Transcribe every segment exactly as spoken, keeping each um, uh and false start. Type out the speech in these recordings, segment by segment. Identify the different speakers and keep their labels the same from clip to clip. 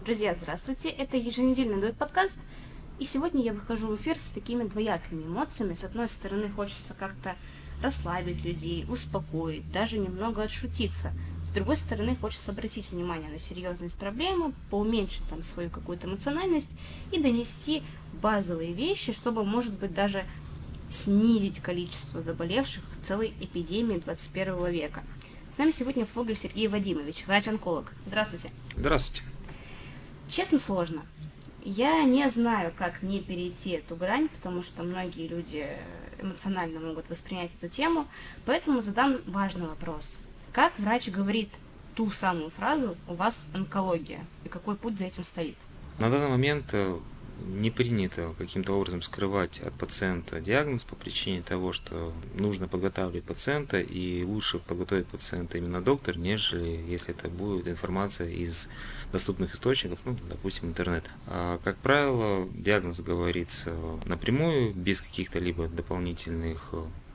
Speaker 1: Друзья, здравствуйте! Это еженедельный дуэт-подкаст, и сегодня я выхожу в эфир с такими двоякими эмоциями. С одной стороны, хочется как-то расслабить людей, успокоить, даже немного отшутиться. С другой стороны, хочется обратить внимание на серьезность проблемы, поуменьшить там свою какую-то эмоциональность и донести базовые вещи, чтобы, может быть, даже снизить количество заболевших в целой эпидемии двадцать первого века. С нами сегодня Фогель Сергей Вадимович, врач-онколог. Здравствуйте.
Speaker 2: Здравствуйте.
Speaker 1: Честно, сложно. Я не знаю, как не перейти эту грань, потому что многие люди эмоционально могут воспринять эту тему, поэтому задам важный вопрос. Как врач говорит ту самую фразу «у вас онкология» и какой путь за этим стоит?
Speaker 2: На данный момент не принято каким-то образом скрывать от пациента диагноз по причине того, что нужно подготавливать пациента, и лучше подготовить пациента именно доктор, нежели если это будет информация из доступных источников, ну, допустим, интернет. А, как правило, диагноз говорится напрямую, без каких-то либо дополнительных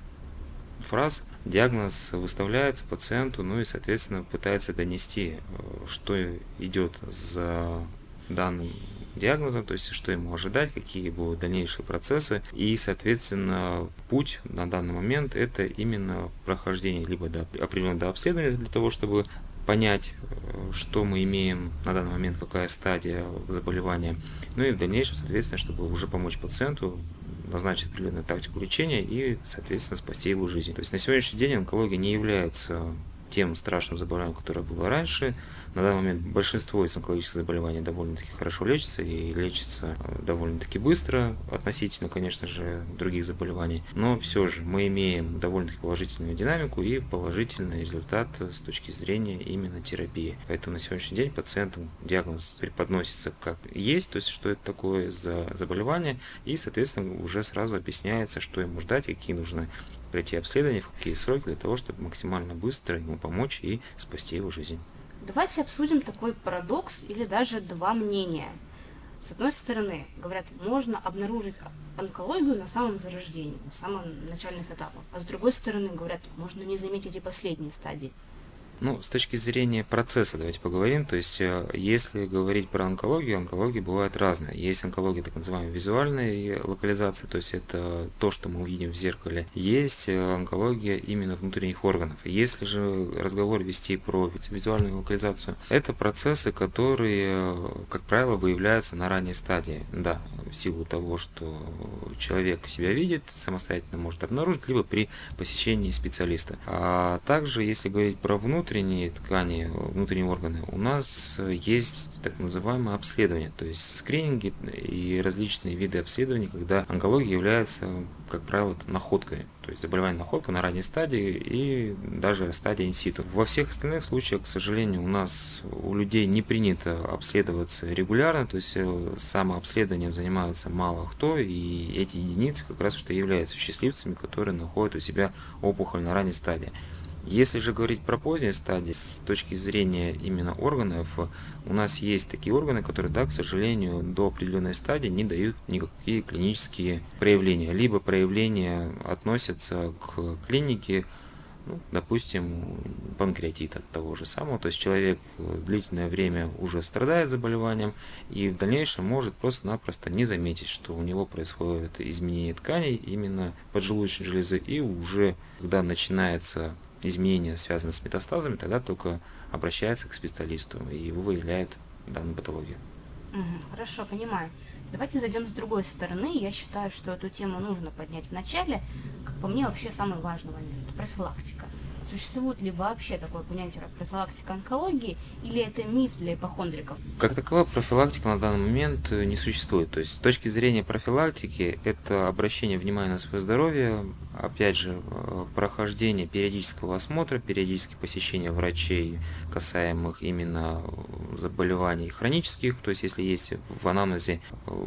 Speaker 2: фраз. Диагноз выставляется пациенту, ну и, соответственно, пытается донести, что идет за данным диагнозом, то есть что ему ожидать, какие будут дальнейшие процессы. И, соответственно, путь на данный момент это именно прохождение либо до определенного обследования для того, чтобы понять, что мы имеем на данный момент, какая стадия заболевания, ну и в дальнейшем, соответственно, чтобы уже помочь пациенту назначить определенную тактику лечения и, соответственно, спасти его жизнь. То есть на сегодняшний день онкология не является тем страшным заболеванием, которое было раньше. На данный момент большинство из онкологических заболеваний довольно-таки хорошо лечится и лечится довольно-таки быстро относительно, конечно же, других заболеваний. Но все же мы имеем довольно-таки положительную динамику и положительный результат с точки зрения именно терапии. Поэтому на сегодняшний день пациентам диагноз преподносится как есть, то есть что это такое за заболевание, и, соответственно, уже сразу объясняется, что ему ждать, какие нужны пройти обследования, в какие сроки для того, чтобы максимально быстро ему помочь и спасти его жизнь.
Speaker 1: Давайте обсудим такой парадокс или даже два мнения. С одной стороны, говорят, можно обнаружить онкологию на самом зарождении, на самом начальных этапах. А с другой стороны, говорят, можно не заметить и последние стадии.
Speaker 2: Ну, с точки зрения процесса давайте поговорим. То есть, если говорить про онкологию, онкологии бывают разные. Есть онкология так называемая визуальной локализации, то есть это то, что мы увидим в зеркале. Есть онкология именно внутренних органов. Если же разговор вести про визуальную локализацию, это процессы, которые, как правило, выявляются на ранней стадии. Да, в силу того, что человек себя видит, самостоятельно может обнаружить, либо при посещении специалиста. А также, если говорить про внутренние внутренние ткани, внутренние органы, у нас есть так называемое обследование, то есть скрининги и различные виды обследований, когда онкология является, как правило, находкой, то есть заболевание находка на ранней стадии и даже стадия инситу. Во всех остальных случаях, к сожалению, у нас у людей не принято обследоваться регулярно, то есть самообследованием занимается мало кто, и эти единицы как раз что являются счастливцами, которые находят у себя опухоль на ранней стадии. Если же говорить про поздние стадии, с точки зрения именно органов, у нас есть такие органы, которые, да, к сожалению, до определенной стадии не дают никакие клинические проявления. Либо проявления относятся к клинике, ну, допустим, панкреатита того же самого. То есть человек длительное время уже страдает заболеванием и в дальнейшем может просто-напросто не заметить, что у него происходит изменение тканей именно поджелудочной железы, и уже когда начинается изменения, связанные с метастазами, тогда только обращается к специалисту, и его выявляют данную патологию.
Speaker 1: Угу, хорошо, понимаю. Давайте зайдем с другой стороны. Я считаю, что эту тему нужно поднять в начале. Как по мне, вообще самый важный момент – профилактика. Существует ли вообще такое понятие, как профилактика онкологии, или это миф для ипохондриков?
Speaker 2: Как таковая профилактика на данный момент не существует. То есть с точки зрения профилактики это обращение внимания на свое здоровье, опять же, прохождение периодического осмотра, периодические посещения врачей, касаемых именно заболеваний хронических. То есть если есть в анамнезе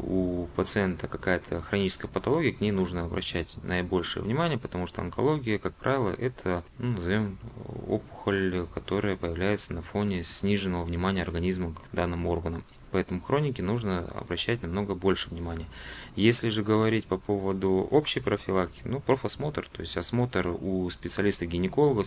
Speaker 2: у пациента какая-то хроническая патология, к ней нужно обращать наибольшее внимание, потому что онкология, как правило, это, ну, назовем, опухоль, которая появляется на фоне сниженного внимания организма к данным органам. Поэтому хронике нужно обращать намного больше внимания. Если же говорить по поводу общей профилактики, ну, профосмотр, то есть осмотр у специалиста-гинеколога,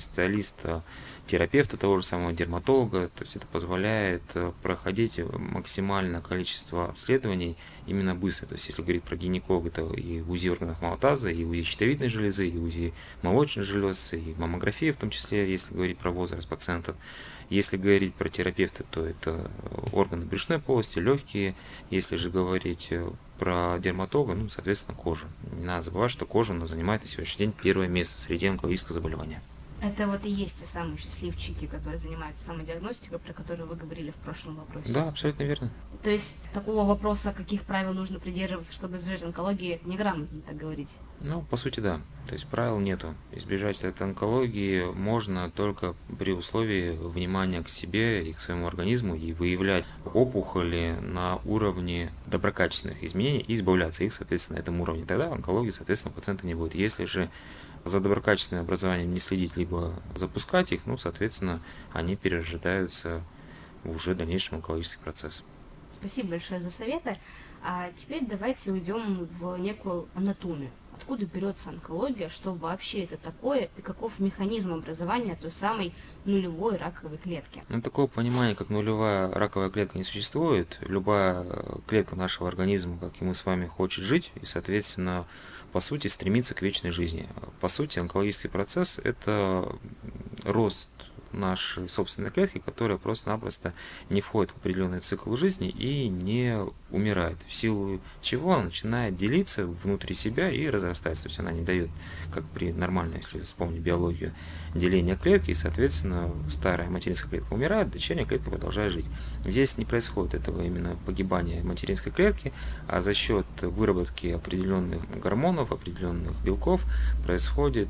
Speaker 2: специалиста-терапевта, того же самого дерматолога, то есть это позволяет проходить максимальное количество обследований именно быстро. То есть если говорить про гинеколога, то и УЗИ органов малого таза, и УЗИ щитовидной железы, и УЗИ молочных желез, и маммография, в том числе, если говорить про возраст пациентов. Если говорить про терапевта, то это органы брюшной полости, легкие. Если же говорить про дерматолога, ну, соответственно, кожа. Не надо забывать, что кожа у нас занимает на сегодняшний день первое место среди онкологических заболеваний.
Speaker 1: Это вот и есть те самые счастливчики, которые занимаются самодиагностикой, про которую вы говорили в прошлом вопросе.
Speaker 2: Да, абсолютно верно.
Speaker 1: То есть такого вопроса, каких правил нужно придерживаться, чтобы избежать онкологии, неграмотно так говорить?
Speaker 2: Ну, по сути, да. То есть правил нету. Избежать от онкологии можно только при условии внимания к себе и к своему организму и выявлять опухоли на уровне доброкачественных изменений и избавляться их, соответственно, на этом уровне. Тогда онкологии, соответственно, у пациента не будет. Если же за доброкачественным образованием не следить, либо запускать их, ну, соответственно, они перерождаются в уже дальнейшем онкологический процесс.
Speaker 1: Спасибо большое за советы. А теперь давайте уйдем в некую анатомию. Откуда берется онкология, что вообще это такое и каков механизм образования той самой нулевой раковой клетки?
Speaker 2: Ну, такого понимания, как нулевая раковая клетка, не существует. Любая клетка нашего организма, как и мы с вами, хочет жить и, соответственно, по сути, стремится к вечной жизни. По сути, онкологический процесс – это рост нашей собственной клетки, которая просто-напросто не входит в определенный цикл жизни и не умирает, в силу чего она начинает делиться внутри себя и разрастается. То есть она не дает, как при нормальной, если вспомнить биологию, деления клетки, и, соответственно, старая материнская клетка умирает, дочерняя клетка продолжает жить. Здесь не происходит этого именно погибания материнской клетки, а за счет выработки определенных гормонов, определенных белков происходит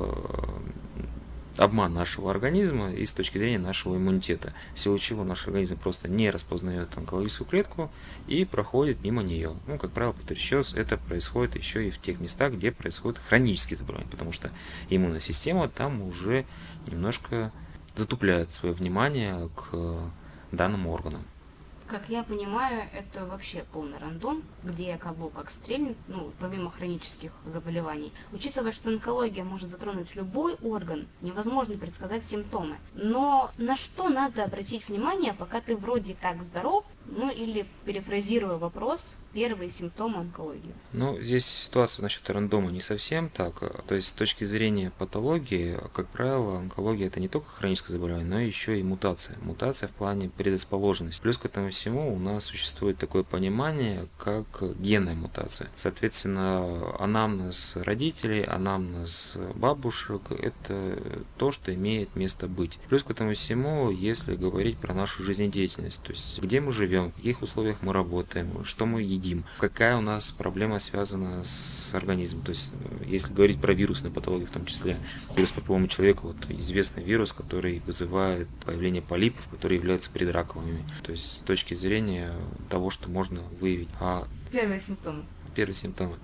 Speaker 2: обман нашего организма и с точки зрения нашего иммунитета, в силу чего наш организм просто не распознает онкологическую клетку и проходит мимо нее. Ну, как правило, повторюсь еще раз, это происходит еще и в тех местах, где происходят хронические заболевания, потому что иммунная система там уже немножко затупляет свое внимание к данному органу.
Speaker 1: Как я понимаю, это вообще полный рандом, где кого как стрельнет, ну, помимо хронических заболеваний. Учитывая, что онкология может затронуть любой орган, невозможно предсказать симптомы. Но на что надо обратить внимание, пока ты вроде как здоров, ну или, перефразируя вопрос, первые симптомы онкологии?
Speaker 2: Ну, здесь ситуация насчет рандома не совсем так. То есть с точки зрения патологии, как правило, онкология это не только хроническое заболевание, но еще и мутация. Мутация в плане предрасположенности. Плюс к этому всему у нас существует такое понимание, как генная мутация. Соответственно, анамнез родителей, анамнез бабушек – это то, что имеет место быть. Плюс к этому всему, если говорить про нашу жизнедеятельность, то есть где мы живем, в каких условиях мы работаем, что мы едим, какая у нас проблема связана с организмом. То есть, если говорить про вирусную патологию в том числе, вирус папилломы человека, вот известный вирус, который вызывает появление полипов, которые являются предраковыми. То есть, с точки зрения того, что можно выявить. А
Speaker 1: Первые симптомы.
Speaker 2: Первые симптомы.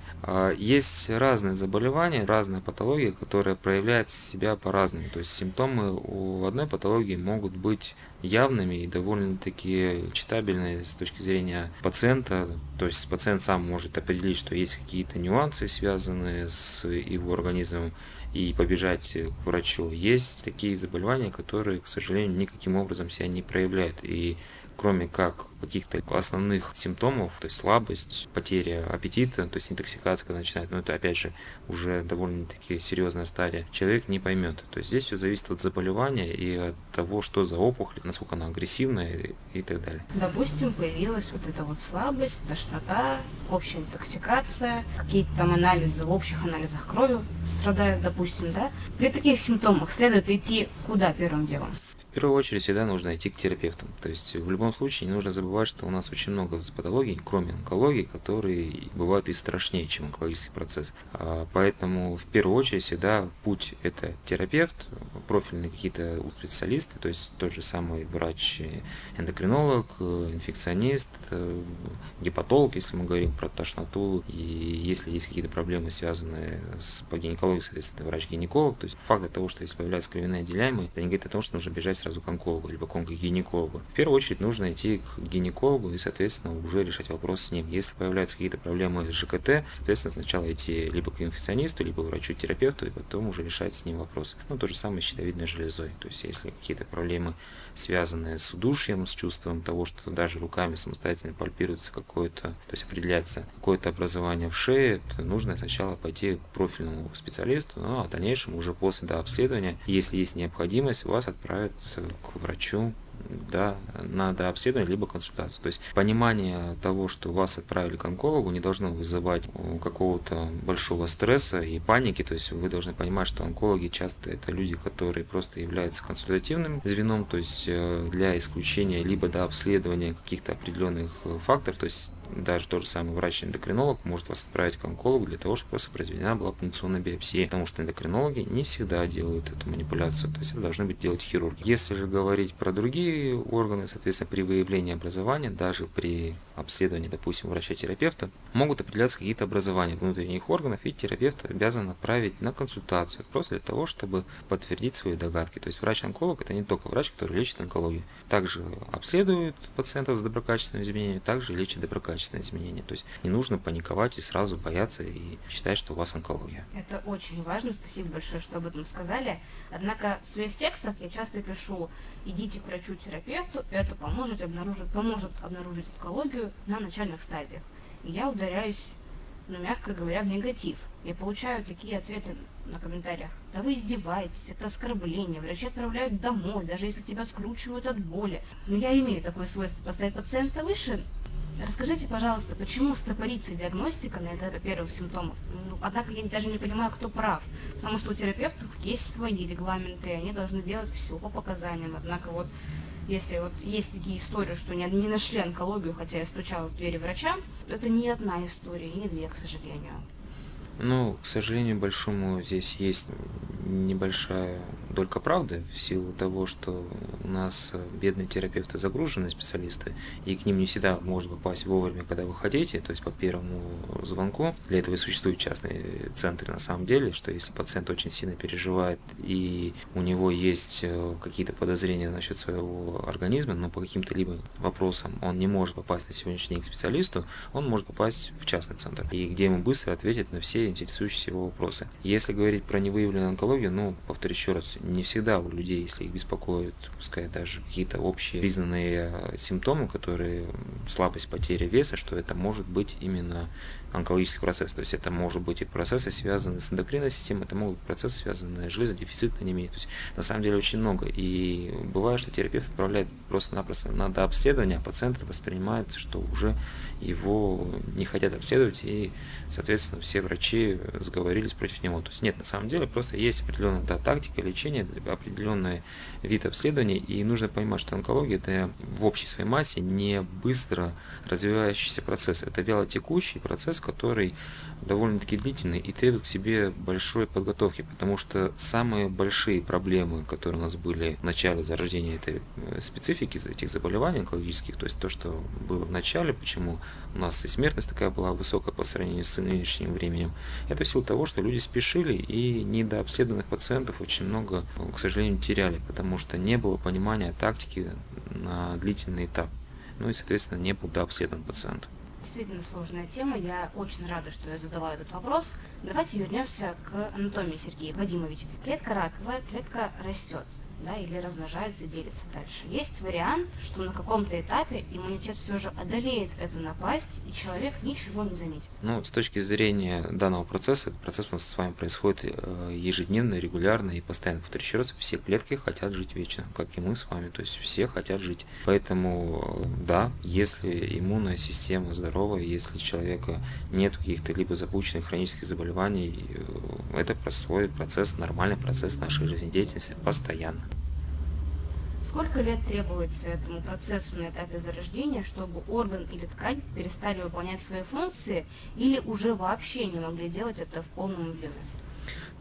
Speaker 2: Есть разные заболевания, разные патологии, которые проявляют себя по-разному. То есть симптомы у одной патологии могут быть явными и довольно-таки читабельными с точки зрения пациента. То есть пациент сам может определить, что есть какие-то нюансы, связанные с его организмом, и побежать к врачу. Есть такие заболевания, которые, к сожалению, никаким образом себя не проявляют. И кроме как каких-то основных симптомов, то есть слабость, потеря аппетита, то есть интоксикация, когда начинает, но это опять же уже довольно-таки серьезная стадия, человек не поймет. То есть здесь все зависит от заболевания и от того, что за опухоль, насколько она агрессивная и так далее.
Speaker 1: Допустим, появилась вот эта вот слабость, тошнота, общая интоксикация, какие-то там анализы, в общих анализах крови страдают, допустим, да? При таких симптомах следует идти куда первым делом?
Speaker 2: В первую очередь всегда нужно идти к терапевтам. То есть в любом случае не нужно забывать, что у нас очень много патологий, кроме онкологии, которые бывают и страшнее, чем онкологический процесс. Поэтому в первую очередь всегда путь – это терапевт, профильные какие-то специалисты, то есть тот же самый врач-эндокринолог, инфекционист, гепатолог, если мы говорим про тошноту, и если есть какие-то проблемы, связанные с по гинекологии, соответственно, врач-гинеколог. То есть факт того, что если появляются кровяные отделяемые, это не говорит о том, что нужно бежать сразу сразу к онкологу, либо к онкогинекологу. В первую очередь нужно идти к гинекологу и, соответственно, уже решать вопрос с ним. Если появляются какие-то проблемы с ЖКТ, соответственно, сначала идти либо к инфекционисту, либо к врачу-терапевту, и потом уже решать с ним вопрос. Ну, то же самое с щитовидной железой. То есть, если какие-то проблемы, связанные с удушьем, с чувством того, что даже руками самостоятельно пальпируется какое-то, то есть определяется какое-то образование в шее, то нужно сначала пойти к профильному специалисту, ну, а в дальнейшем уже после да, обследования, если есть необходимость, вас отправят к врачу, да, на дообследование либо консультацию. То есть понимание того, что вас отправили к онкологу, не должно вызывать какого-то большого стресса и паники. То есть вы должны понимать, что онкологи часто это люди, которые просто являются консультативным звеном, то есть для исключения либо дообследования каких-то определенных факторов, то есть даже тот же самый врач-эндокринолог может вас отправить к онкологу для того, чтобы просто произведена была пункционная биопсия, потому что эндокринологи не всегда делают эту манипуляцию, то есть это должны быть делать хирурги. Если же говорить про другие органы, соответственно, при выявлении образования, даже при обследовании, допустим, врача-терапевта, могут определяться какие-то образования внутренних органов, и терапевт обязан отправить на консультацию, просто для того, чтобы подтвердить свои догадки. То есть врач-онколог – это не только врач, который лечит онкологию. Также обследует пациентов с доброкачественным изменением, также лечит доброкачественные изменения. То есть не нужно паниковать и сразу бояться и считать, что у вас онкология.
Speaker 1: Это очень важно, спасибо большое, что об этом сказали. Однако в своих текстах я часто пишу: идите к врачу-терапевту, это поможет обнаружить, поможет обнаружить онкологию на начальных стадиях. И я ударяюсь, ну, мягко говоря, в негатив. Я получаю такие ответы на комментариях: да вы издеваетесь, это оскорбление, врачи отправляют домой, даже если тебя скручивают от боли. Но я имею такое свойство поставить пациента выше. Расскажите, пожалуйста, почему стопорится диагностика на этапе первых симптомов? Ну, однако я даже не понимаю, кто прав, потому что у терапевтов есть свои регламенты, и они должны делать все по показаниям. Однако вот если вот есть такие истории, что не, не нашли онкологию, хотя я стучала в двери врача, это не одна история, и не две, к сожалению.
Speaker 2: Ну, к сожалению большому, здесь есть небольшая долька правды в силу того, что у нас бедные терапевты загружены специалисты, и к ним не всегда можно попасть вовремя, когда вы хотите, то есть по первому звонку. Для этого и существуют частные центры на самом деле, что если пациент очень сильно переживает и у него есть какие-то подозрения насчет своего организма, но по каким-то либо вопросам он не может попасть на сегодняшний день к специалисту, он может попасть в частный центр, и где ему быстро ответят на все интересующие его вопросы. Если говорить про невыявленную онкологию, ну, повторю еще раз, не всегда у людей, если их беспокоят, пускай даже какие-то общие признанные симптомы, которые слабость, потеря веса, что это может быть именно онкологический процесс. То есть это может быть и процессы, связанные с эндокринной системой, это могут быть процессы, связанные с железодефицитной анемией. То есть на самом деле очень много. И бывает, что терапевт отправляет просто-напросто на дообследование, а пациент это воспринимает, что уже его не хотят обследовать, и, соответственно, все врачи сговорились против него. То есть нет, на самом деле просто есть определенная да, тактика лечения, определенный вид обследований, и нужно понимать, что онкология это в общей своей массе не быстро развивающийся процесс, это вялотекущий процесс, который довольно-таки длительный и требует к себе большой подготовки, потому что самые большие проблемы, которые у нас были в начале зарождения этой специфики, этих заболеваний онкологических, то есть то, что было в начале, почему у нас и смертность такая была высокая по сравнению с нынешним временем, это в силу того, что люди спешили и недообследованных пациентов очень много, к сожалению, теряли, потому что не было понимания тактики на длительный этап, ну и, соответственно, не был дообследован пациент.
Speaker 1: Действительно сложная тема, я очень рада, что я задала этот вопрос. Давайте вернемся к анатомии, Сергей Вадимович. Клетка раковая, клетка растет, да, или размножается, делится дальше. Есть вариант, что на каком-то этапе иммунитет все же одолеет эту напасть, и человек ничего не заметит.
Speaker 2: Ну, с точки зрения данного процесса, этот процесс у нас с вами происходит ежедневно, регулярно и постоянно. Повторю еще раз, все клетки хотят жить вечно, как и мы с вами, то есть все хотят жить. Поэтому, да, если иммунная система здоровая, если у человека нет каких-то либо запущенных хронических заболеваний, это происходит процесс, нормальный процесс нашей жизнедеятельности постоянно.
Speaker 1: Сколько лет требуется этому процессу на этапе зарождения, чтобы орган или ткань перестали выполнять свои функции или уже вообще не могли делать это в полном объеме?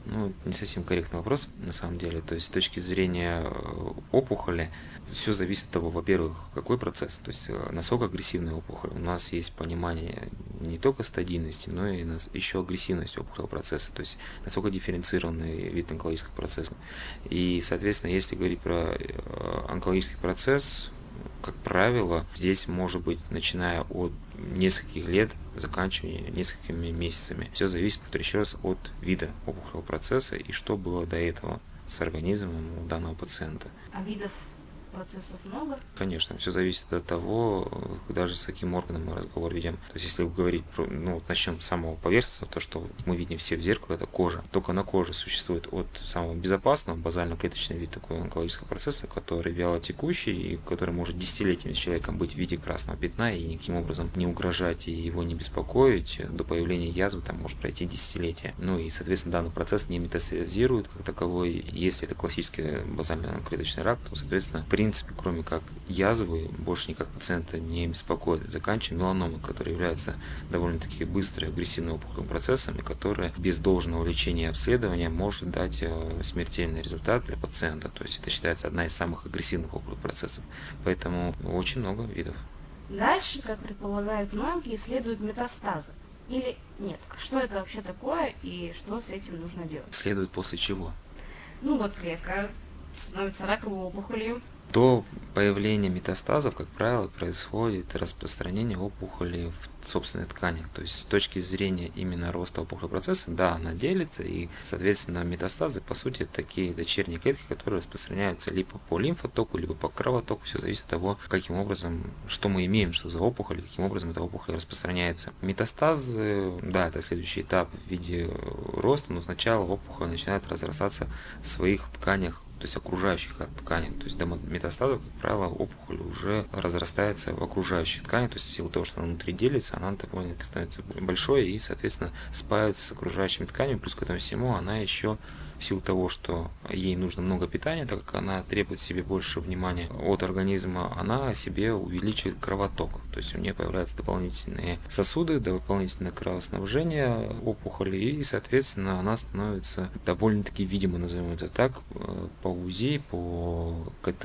Speaker 2: Ну, не совсем корректный вопрос, на самом деле. То есть с точки зрения э, опухоли, все зависит от того, во-первых, какой процесс, то есть э, насколько агрессивная опухоль. У нас есть понимание не только стадийности, но и нас- еще агрессивности опухолевого процесса, то есть насколько дифференцированный вид онкологического процесса. И, соответственно, если говорить про э, онкологический процесс, как правило, здесь может быть, начиная от нескольких лет, заканчивая несколькими месяцами. Все зависит, повторю еще раз, от вида опухолевого процесса и что было до этого с организмом у данного пациента.
Speaker 1: А видов процессов много?
Speaker 2: Конечно, все зависит от того, даже с каким органом мы разговор ведем. То есть, если говорить, про, ну, вот начнем с самого поверхностного, то, что мы видим все в зеркало, это кожа. Только на коже существует от самого безопасного, базально-клеточный вид такого онкологического процесса, который вялотекущий и который может десятилетиями с человеком быть в виде красного пятна и никаким образом не угрожать и его не беспокоить. До появления язвы там может пройти десятилетия. Ну и, соответственно, данный процесс не метастазирует как таковой. Если это классический базально-клеточный рак, то, соответственно, в принципе, кроме как язвы, больше никак пациента не беспокоит. Заканчивая меланомой, которая является довольно-таки быстрой агрессивным опухолевым процессом, и которая без должного лечения и обследования может дать э, смертельный результат для пациента. То есть это считается одна из самых агрессивных опухолевых процессов. Поэтому очень много видов.
Speaker 1: Дальше, как предполагают многие, следуют метастазы. Или нет? Что это вообще такое и что с этим нужно делать?
Speaker 2: Следует после чего?
Speaker 1: Ну вот клетка становится раковой опухолью.
Speaker 2: До появления метастазов, как правило, происходит распространение опухоли в собственных тканях. То есть с точки зрения именно роста опухолевого процесса, да, она делится, и, соответственно, метастазы, по сути, это такие дочерние клетки, которые распространяются либо по лимфотоку, либо по кровотоку. Все зависит от того, каким образом, что мы имеем, что за опухоль, каким образом эта опухоль распространяется. Метастазы, да, это следующий этап в виде роста, но сначала опухоль начинает разрастаться в своих тканях, то есть окружающих тканей. То есть до метастазов, как правило, опухоль уже разрастается в окружающих тканях, то есть в силу того, что она внутри делится, она довольно-таки становится большой и, соответственно, спаивается с окружающими тканями, плюс к этому всему она еще в силу того, что ей нужно много питания, так как она требует себе больше внимания от организма, она себе увеличивает кровоток. То есть у нее появляются дополнительные сосуды, дополнительное кровоснабжение опухоли, и, соответственно, она становится довольно-таки видимой, назовем это так, по УЗИ, по КТ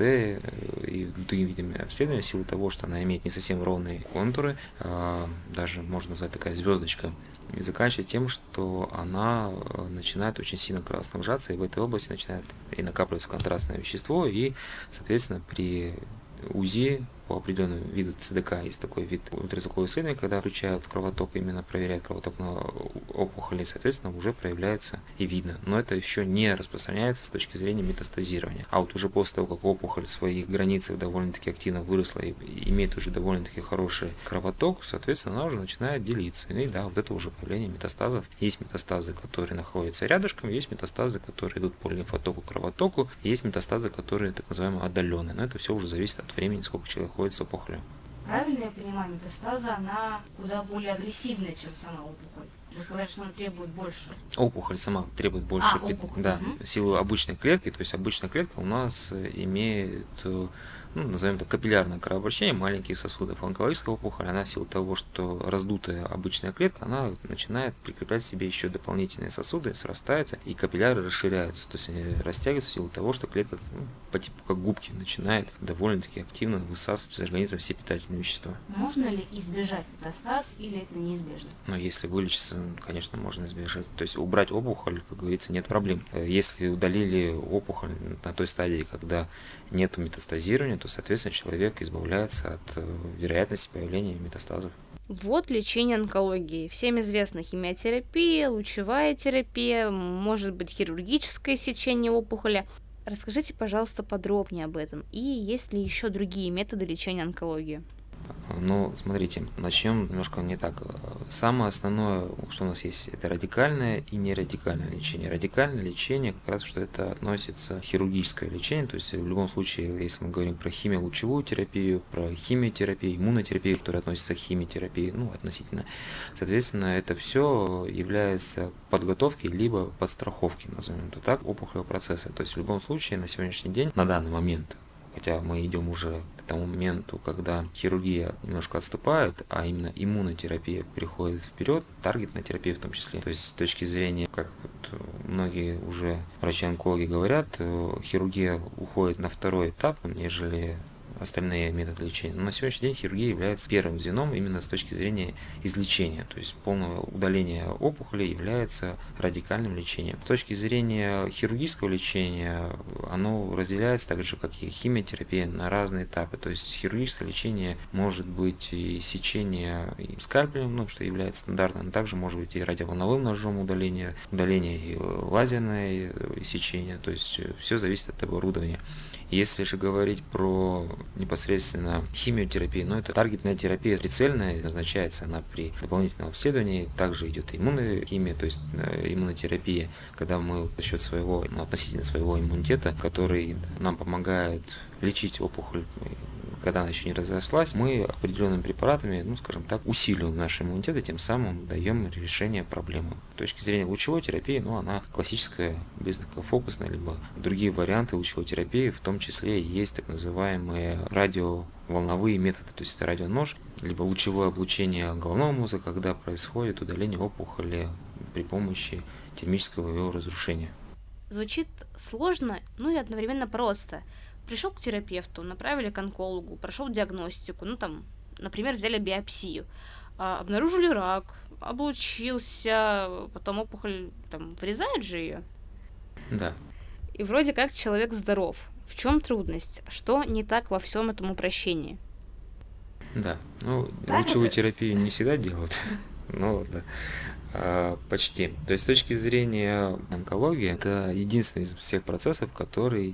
Speaker 2: и другим видам обследования, в силу того, что она имеет не совсем ровные контуры, даже можно назвать такая звездочка, и заканчивая тем, что она начинает очень сильно кровоснабжаться, и в этой области начинает и накапливаться контрастное вещество, и, соответственно, при УЗИ по определенному виду ЦДК, есть такой вид ультразвукового исследования, когда включают кровоток, именно проверяют кровоток на опухоли, соответственно, уже проявляется и видно. Но это еще не распространяется с точки зрения метастазирования. А вот уже после того, как опухоль в своих границах довольно-таки активно выросла и имеет уже довольно-таки хороший кровоток, соответственно, она уже начинает делиться. И да, вот это уже появление метастазов. Есть метастазы, которые находятся рядышком, есть метастазы, которые идут по лимфотоку, кровотоку, есть метастазы, которые так называемые отдаленные. Но это все уже зависит от времени, сколько человек ходит с опухолью.
Speaker 1: Правильно я понимаю, метастаза, она куда более агрессивная, чем сама опухоль. Вы сказали, что она требует больше.
Speaker 2: Опухоль сама требует больше,
Speaker 1: А, опухоль,
Speaker 2: да,
Speaker 1: угу.
Speaker 2: в силу обычной клетки. То есть обычная клетка у нас имеет, ну, назовем это, капиллярное кровообращение маленьких сосудов. Онкологическая опухоль, она в силу того, что раздутая обычная клетка, она начинает прикреплять в себе еще дополнительные сосуды, срастается, и капилляры расширяются. То есть они растягиваются в силу того, что клетка, ну, по типу как губки начинает довольно-таки активно высасывать из организма все питательные вещества.
Speaker 1: Можно ли избежать метастаз или это неизбежно?
Speaker 2: Но если вылечиться, конечно, можно избежать. То есть убрать опухоль, как говорится, нет проблем. Если удалили опухоль на той стадии, когда нет метастазирования, то, соответственно, человек избавляется от вероятности появления метастазов.
Speaker 3: Вот лечение онкологии. Всем известна химиотерапия, лучевая терапия, может быть хирургическое сечение опухоли. Расскажите, пожалуйста, подробнее об этом. И есть ли еще другие методы лечения онкологии?
Speaker 2: Ну, смотрите, начнем немножко не так. Самое основное, что у нас есть, это радикальное и нерадикальное лечение. Радикальное лечение, как раз, что это относится к хирургическое лечение, то есть в любом случае, если мы говорим про химиолучевую терапию, про химиотерапию, иммунотерапию, которая относится к химиотерапии, ну, относительно, соответственно, это все является подготовкой либо подстраховкой, назовем это так, опухолевого процесса. То есть в любом случае, на сегодняшний день, на данный момент, хотя мы идем уже к тому моменту, когда хирургия немножко отступает, а именно иммунотерапия переходит вперед, таргетная терапия в том числе. То есть с точки зрения как многие уже врачи-онкологи говорят, хирургия уходит на второй этап, нежели остальные методы лечения. Но на сегодняшний день хирургия является первым звеном именно с точки зрения излечения. То есть полное удаление опухоли является радикальным лечением. С точки зрения хирургического лечения оно разделяется так же, как и химиотерапия, на разные этапы. То есть хирургическое лечение может быть и сечение и скальпелем, ну, что является стандартным, но также может быть и радиоволновым ножом удаление, удаление и лазерное сечение. То есть все зависит от оборудования. Если же говорить про непосредственно химиотерапию, ну это таргетная терапия прицельная, назначается она при дополнительном обследовании, также идет иммунная химия, то есть иммунотерапия, когда мы за счет своего, ну, относительно своего иммунитета, который нам помогает лечить опухоль, когда она еще не разрослась, мы определенными препаратами, ну скажем так, усиливаем наш иммунитет и тем самым даем решение проблемы. С точки зрения лучевой терапии, ну она классическая, безфокусная, либо другие варианты лучевой терапии, в том числе есть так называемые радиоволновые методы, то есть это радионож, либо лучевое облучение головного мозга, когда происходит удаление опухоли при помощи термического ее разрушения.
Speaker 3: Звучит сложно, ну и одновременно просто. Пришел к терапевту, направили к онкологу, прошел диагностику, ну там, например, взяли биопсию, а, обнаружили рак, облучился, потом опухоль, там, вырезают же ее.
Speaker 2: Да.
Speaker 3: И вроде как человек здоров. В чем трудность? Что не так во всем этом упрощении?
Speaker 2: Да, ну,
Speaker 1: Так
Speaker 2: лучевую
Speaker 1: это?
Speaker 2: терапию не всегда делают, но да. А, почти. То есть с точки зрения онкологии, это единственный из всех процессов, который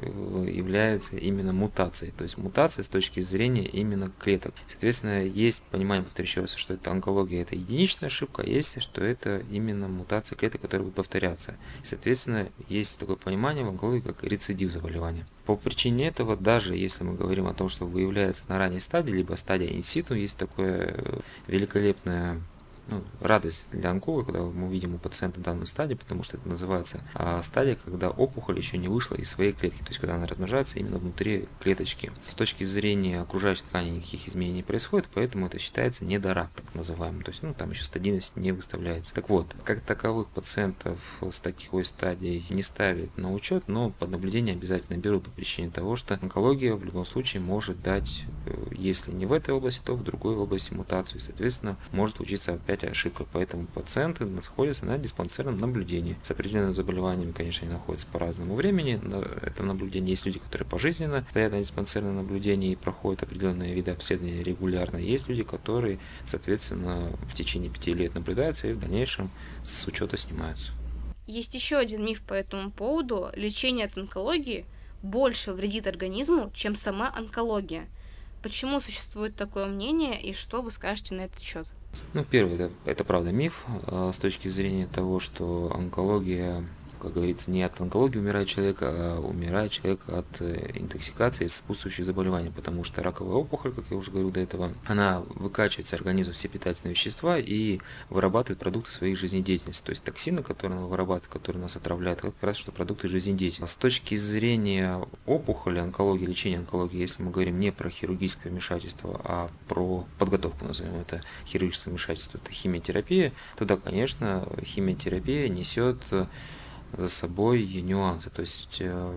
Speaker 2: является именно мутацией. То есть мутация с точки зрения именно клеток. Соответственно, есть понимание, повторю еще раз, что это онкология, это единичная ошибка, а есть, что это именно мутация клеток, которые будут повторяться. И, соответственно, есть такое понимание в онкологии, как рецидив заболевания. По причине этого, даже если мы говорим о том, что выявляется на ранней стадии, либо стадия инситу, есть такое великолепное Ну, радость для онколога, когда мы видим у пациента данную стадию, потому что это называется а, стадия, когда опухоль еще не вышла из своей клетки, то есть когда она размножается именно внутри клеточки. С точки зрения окружающей ткани никаких изменений не происходит, поэтому это считается недорак, так называемый, то есть ну, там еще стадийность не выставляется. Так вот, как таковых пациентов с такой стадией не ставят на учет, но под наблюдение обязательно берут по причине того, что онкология в любом случае может дать, если не в этой области, то в другой области мутацию, и, соответственно, может случиться опять ошибка, поэтому пациенты находятся на диспансерном наблюдении. С определенными заболеваниями, конечно, они находятся по разному времени, но это наблюдение есть люди, которые пожизненно стоят на диспансерном наблюдении и проходят определенные виды обследования регулярно. Есть люди, которые, соответственно, в течение пяти лет наблюдаются и в дальнейшем с учета снимаются.
Speaker 3: Есть еще один миф по этому поводу. Лечение от онкологии больше вредит организму, чем сама онкология. Почему существует такое мнение и что вы скажете на этот счет?
Speaker 2: Ну, первый, это, это правда миф, э, с точки зрения того, что онкология, как говорится, не от онкологии умирает человек, а умирает человек от э, интоксикации и сопутствующих заболеваний, потому что раковая опухоль, как я уже говорил до этого, она выкачивает из организма все питательные вещества и вырабатывает продукты своей жизнедеятельности, то есть токсины, которые она вырабатывает, которые нас отравляют, как раз что продукты жизнедеятельности. С точки зрения опухоли, онкологии, лечения онкологии, если мы говорим не про хирургическое вмешательство, а про подготовку, назовем это хирургическое вмешательство, это химиотерапия, то да, конечно, химиотерапия несет за собой нюансы. То есть э,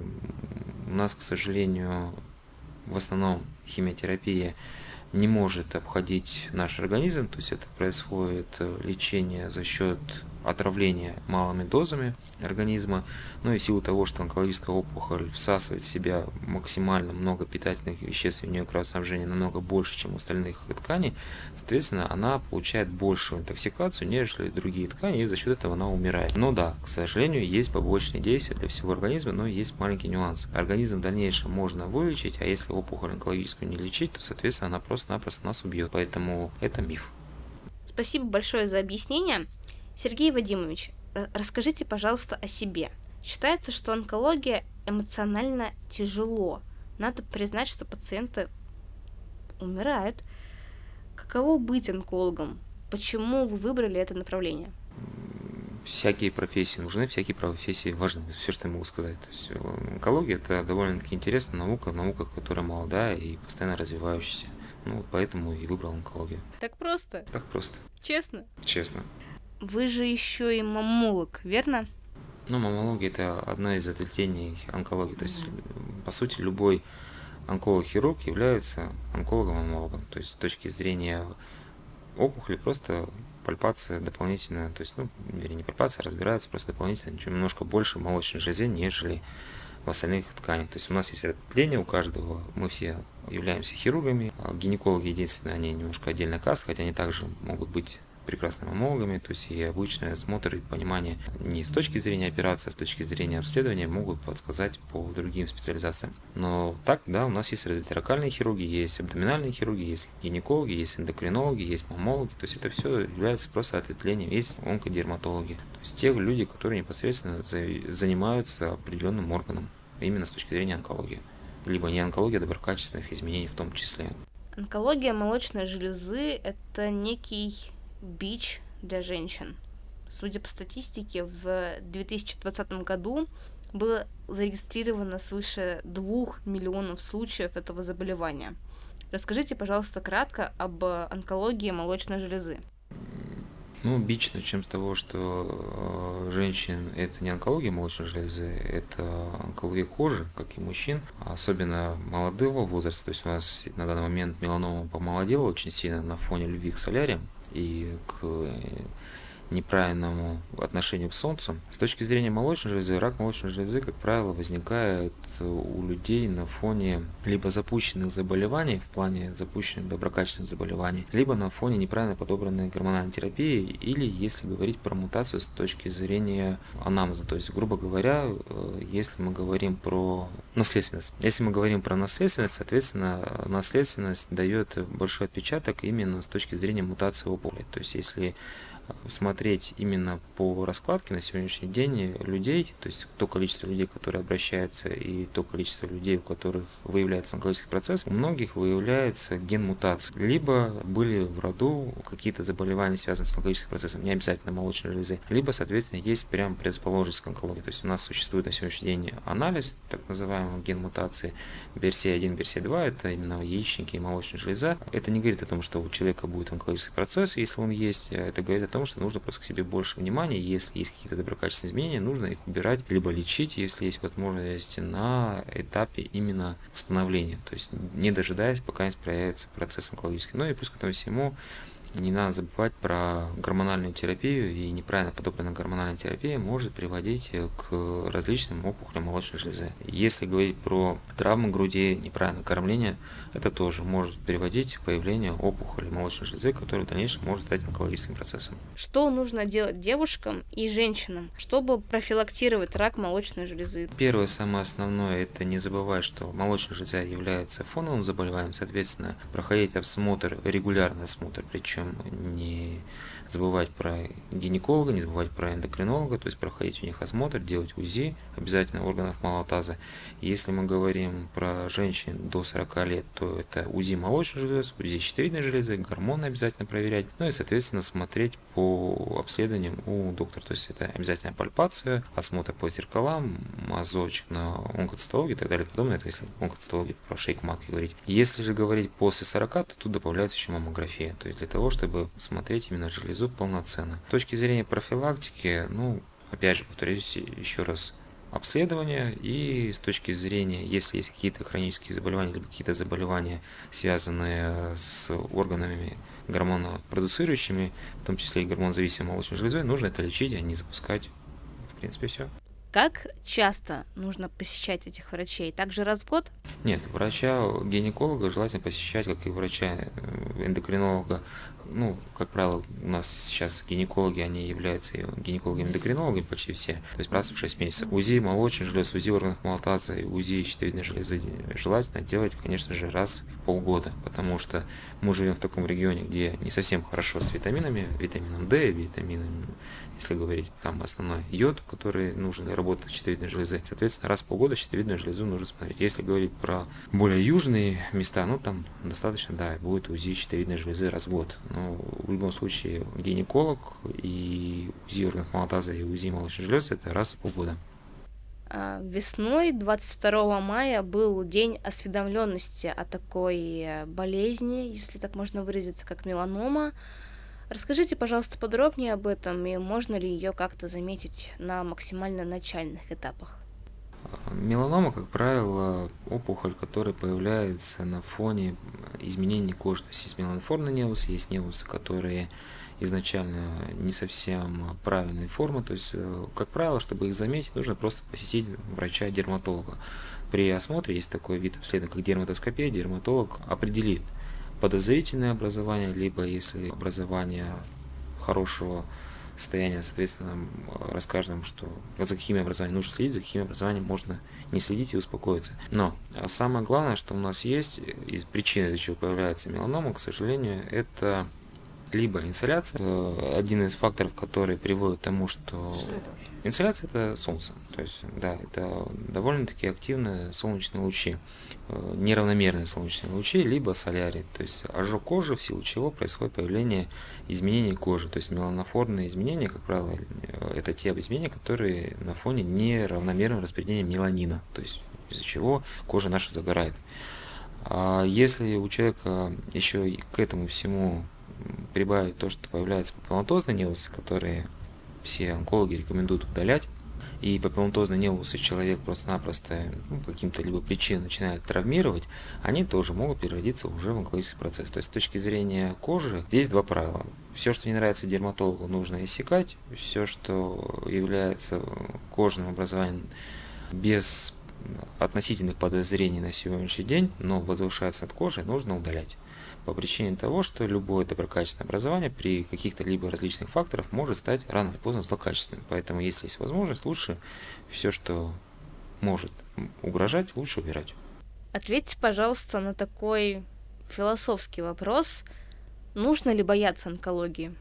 Speaker 2: у нас, к сожалению, в основном химиотерапия не может обходить наш организм, то есть это происходит лечение за счет отравления малыми дозами организма, ну и в силу того, что онкологическая опухоль всасывает в себя максимально много питательных веществ, и у нее кровоснабжение намного больше, чем у остальных тканей, соответственно, она получает большую интоксикацию, нежели другие ткани, и за счет этого она умирает. Но да, к сожалению, есть побочные действия для всего организма, но есть маленький нюанс. Организм в дальнейшем можно вылечить, а если опухоль онкологическую не лечить, то, соответственно, она просто-напросто нас убьет. Поэтому это миф.
Speaker 3: Спасибо большое за объяснение. Сергей Вадимович, расскажите, пожалуйста, о себе. Считается, что онкология эмоционально тяжело. Надо признать, что пациенты умирают. Каково быть онкологом? Почему вы выбрали это направление?
Speaker 2: Всякие профессии нужны, всякие профессии важны. Все, что я могу сказать. То есть, онкология – это довольно-таки интересная наука, наука, которая молодая и постоянно развивающаяся. Ну, поэтому и выбрал онкологию.
Speaker 3: Так просто?
Speaker 2: Так просто.
Speaker 3: Честно?
Speaker 2: Честно.
Speaker 3: Вы же еще и маммолог, верно?
Speaker 2: Ну, маммология – это одно из ответвлений онкологии. То есть,
Speaker 1: Мгм.
Speaker 2: по сути, любой онколог-хирург является онкологом-маммологом. То есть, с точки зрения опухоли, просто пальпация дополнительная, то есть, ну, вернее, не пальпация, а разбирается просто дополнительно, чем немножко больше в молочной железе, нежели в остальных тканях. То есть у нас есть ответвление у каждого, мы все являемся хирургами, а гинекологи единственное, они немножко отдельная каста, хотя они также могут быть прекрасными маммологами, то есть и обычный осмотр и понимание не с точки зрения операции, а с точки зрения обследования могут подсказать по другим специализациям. Но так, да, у нас есть радиотеракальные хирурги, есть абдоминальные хирурги, есть гинекологи, есть эндокринологи, есть маммологи, то есть это все является просто ответвлением, есть онкодерматологи, то есть те люди, которые непосредственно занимаются определенным органом, именно с точки зрения онкологии, либо не онкология, а доброкачественных изменений в том числе.
Speaker 3: Онкология молочной железы – это некий бич для женщин. Судя по статистике, в две тысячи двадцатом году было зарегистрировано свыше двух миллионов случаев этого заболевания. Расскажите, пожалуйста, кратко об онкологии молочной железы.
Speaker 2: Ну, бич начнем с того, что э, женщин это не онкология молочной железы, это онкология кожи, как и мужчин, особенно молодого возраста. То есть у нас на данный момент меланома помолодела очень сильно на фоне любви к соляриям и к неправильному отношению к солнцу. С точки зрения молочной железы, рак молочной железы, как правило, возникает у людей на фоне либо запущенных заболеваний, в плане запущенных доброкачественных заболеваний, либо на фоне неправильно подобранной гормональной терапии, или если говорить про мутацию с точки зрения анамнеза. То есть, грубо говоря, если мы говорим про наследственность. Если мы говорим про наследственность, соответственно, наследственность дает большой отпечаток именно с точки зрения мутации опухоли. То есть, если смотреть именно по раскладке на сегодняшний день людей, то есть то количество людей, которые обращаются, и то количество людей, у которых выявляется онкологический процесс, у многих выявляется ген мутации. Либо были в роду какие-то заболевания, связанные с онкологическим процессом, не обязательно молочной железы, либо, соответственно, есть прям предрасположенность к онкологии. То есть у нас существует на сегодняшний день анализ так называемого ген мутации би эр си один, би эр си два, это именно яичники и молочная железа. Это не говорит о том, что у человека будет онкологический процесс, если он есть, это говорит о том, что нужно просто к себе больше внимания, если есть какие-то доброкачественные изменения, нужно их убирать, либо лечить, если есть возможность, на этапе именно восстановления, то есть не дожидаясь, пока не проявится процесс онкологический. Ну и плюс к этому всему, не надо забывать про гормональную терапию, и неправильно подобранная гормональная терапия может приводить к различным опухолям молочной железы. Если говорить про травмы груди, неправильное кормление, это тоже может приводить к появлению опухоли молочной железы, которая в дальнейшем может стать онкологическим процессом.
Speaker 3: Что нужно делать девушкам и женщинам, чтобы профилактировать рак молочной железы?
Speaker 2: Первое, самое основное, это не забывать, что молочная железа является фоновым заболеванием, соответственно, проходить осмотр, регулярный осмотр, причем не забывать про гинеколога, не забывать про эндокринолога, то есть проходить у них осмотр, делать УЗИ, обязательно органов малого таза. Если мы говорим про женщин до сорока лет, то это УЗИ молочной железы, УЗИ щитовидной железы, гормоны обязательно проверять, ну и, соответственно, смотреть по обследованиям у доктора. То есть это обязательно пальпация, осмотр по зеркалам, мазочек на онкоцитологию и так далее, подобное, это если онкоцитология про шейку матки говорить. Если же говорить после сорока, то тут добавляется еще маммография, то есть для того, чтобы смотреть именно железу полноценно. С точки зрения профилактики, ну, опять же, повторюсь еще раз, обследование, и с точки зрения, если есть какие-то хронические заболевания, либо какие-то заболевания, связанные с органами гормонопродуцирующими, в том числе и гормонозависимой молочной железой, нужно это лечить, а не запускать. В принципе, все.
Speaker 3: Как часто нужно посещать этих врачей? Также раз в год?
Speaker 2: Нет, врача-гинеколога желательно посещать, как и врача эндокринолога. Ну, как правило, у нас сейчас гинекологи, они являются гинекологами-эндокринологами почти все, то есть раз в шесть месяцев. УЗИ молочной железы, УЗИ органов малого таза и УЗИ щитовидной железы желательно делать, конечно же, раз в полгода, потому что мы живем в таком регионе, где не совсем хорошо с витаминами, витамином D, витамином, если говорить, там основной йод, который нужен для работы щитовидной железы. Соответственно, раз в полгода щитовидную железу нужно смотреть. Если говорить про более южные места, ну там достаточно, да, будет УЗИ щитовидной железы раз в год. Но в любом случае гинеколог и УЗИ органов малого таза и УЗИ молочной железы это раз в полгода.
Speaker 3: Весной двадцать второго мая был день осведомленности о такой болезни, если так можно выразиться, как меланома. Расскажите, пожалуйста, подробнее об этом, и можно ли ее как-то заметить на максимально начальных этапах?
Speaker 2: Меланома, как правило, опухоль, которая появляется на фоне изменений кожи. То есть есть меланоформные невусы, есть невусы, которые изначально не совсем правильной формы. То есть, как правило, чтобы их заметить, нужно просто посетить врача-дерматолога. При осмотре есть такой вид обследования, как дерматоскопия. Дерматолог определит подозрительное образование, либо если образование хорошего состояние, соответственно, расскажет нам, что за какими образованиями нужно следить, за какими образованиями можно не следить и успокоиться. Но самое главное, что у нас есть, из причин, из-за чего появляется меланома, к сожалению, это либо инсоляция, один из факторов, который приводит к тому, что...
Speaker 1: Что это вообще?
Speaker 2: Инсоляция – это солнце, то есть, да, это довольно-таки активные солнечные лучи, неравномерные солнечные лучи, либо солярий, то есть ожог кожи, в силу чего происходит появление изменений кожи, то есть меланофорные изменения, как правило, это те изменения, которые на фоне неравномерного распределения меланина, то есть из-за чего кожа наша загорает. А если у человека еще и к этому всему прибавить то, что появляются папилломатозные невусы, которые все онкологи рекомендуют удалять, и папилломатозные невусы человек просто-напросто ну, по каким-то либо причинам начинает травмировать, они тоже могут переродиться уже в онкологический процесс. То есть с точки зрения кожи здесь два правила. Все, что не нравится дерматологу, нужно иссекать. Все, что является кожным образованием без относительных подозрений на сегодняшний день, но возвышается от кожи, нужно удалять. По причине того, что любое доброкачественное образование при каких-то либо различных факторах может стать рано или поздно злокачественным. Поэтому, если есть возможность, лучше все, что может угрожать, лучше убирать.
Speaker 3: Ответьте, пожалуйста, на такой философский вопрос. Нужно ли бояться онкологии?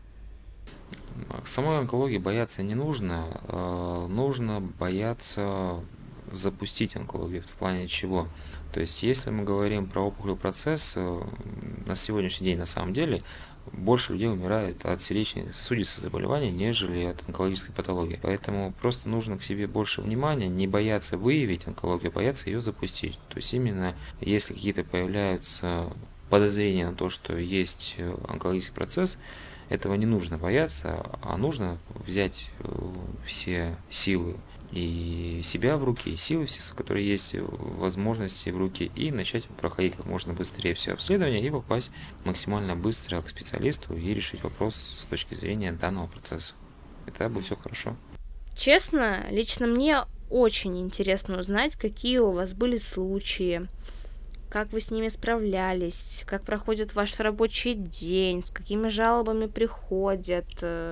Speaker 2: Самой онкологии бояться не нужно. Нужно бояться запустить онкологию. В плане чего? То есть, если мы говорим про опухолевый процесс, на сегодняшний день на самом деле больше людей умирает от сердечно-сосудистых заболеваний, нежели от онкологической патологии. Поэтому просто нужно к себе больше внимания, не бояться выявить онкологию, а бояться ее запустить. То есть именно если какие-то появляются подозрения на то, что есть онкологический процесс, этого не нужно бояться, а нужно взять все силы и себя в руки, и силы все, которые есть, возможности в руки, и начать проходить как можно быстрее все обследование и попасть максимально быстро к специалисту и решить вопрос с точки зрения данного процесса. И тогда будет все хорошо.
Speaker 3: Честно, лично мне очень интересно узнать, какие у вас были случаи, как вы с ними справлялись, как проходит ваш рабочий день, с какими жалобами приходят.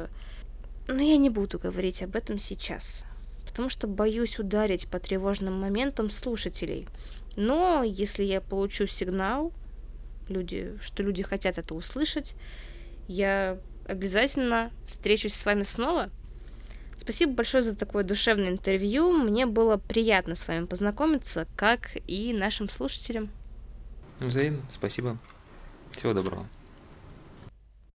Speaker 3: Но я не буду говорить об этом сейчас, потому что боюсь ударить по тревожным моментам слушателей. Но если я получу сигнал, люди, что люди хотят это услышать, я обязательно встречусь с вами снова. Спасибо большое за такое душевное интервью. Мне было приятно с вами познакомиться, как и нашим слушателям.
Speaker 2: Взаимно. Спасибо. Всего доброго.